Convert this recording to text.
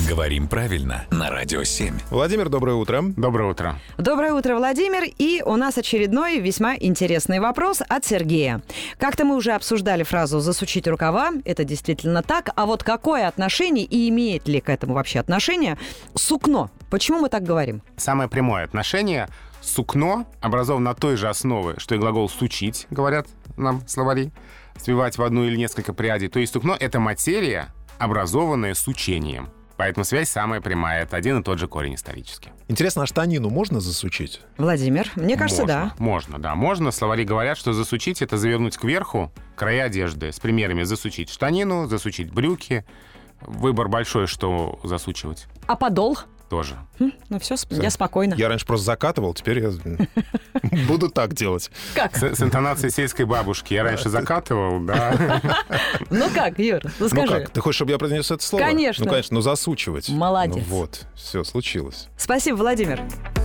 Говорим правильно на Радио 7. Владимир, доброе утро. Доброе утро. Доброе утро, Владимир. И у нас очередной весьма интересный вопрос от Сергея. Как-то мы уже обсуждали фразу «засучить рукава». Это действительно так. А вот какое отношение и имеет ли к этому вообще отношение сукно? Почему мы так говорим? Самое прямое отношение сукно образовано на той же основе, что и глагол «сучить», говорят нам словари, свивать в одну или несколько прядей. То есть сукно — это материя, образованная сучением. Поэтому связь самая прямая. Это один и тот же корень исторически. Интересно, а штанину можно засучить? Владимир, мне кажется, да. Можно. Словари говорят, что засучить — это завернуть кверху края одежды. С примерами: засучить штанину, засучить брюки. Выбор большой, что засучивать. А подол? Тоже. Ну все, я спокойно. Я раньше просто закатывал, теперь я буду так делать. Как? С интонацией сельской бабушки. Я раньше закатывал, да. Ну как, Юр, Ну скажи. как, ты хочешь, чтобы я произнес это слово? Конечно. Ну, конечно, но засучивать. Молодец. Ну вот, все, случилось. Спасибо, Владимир.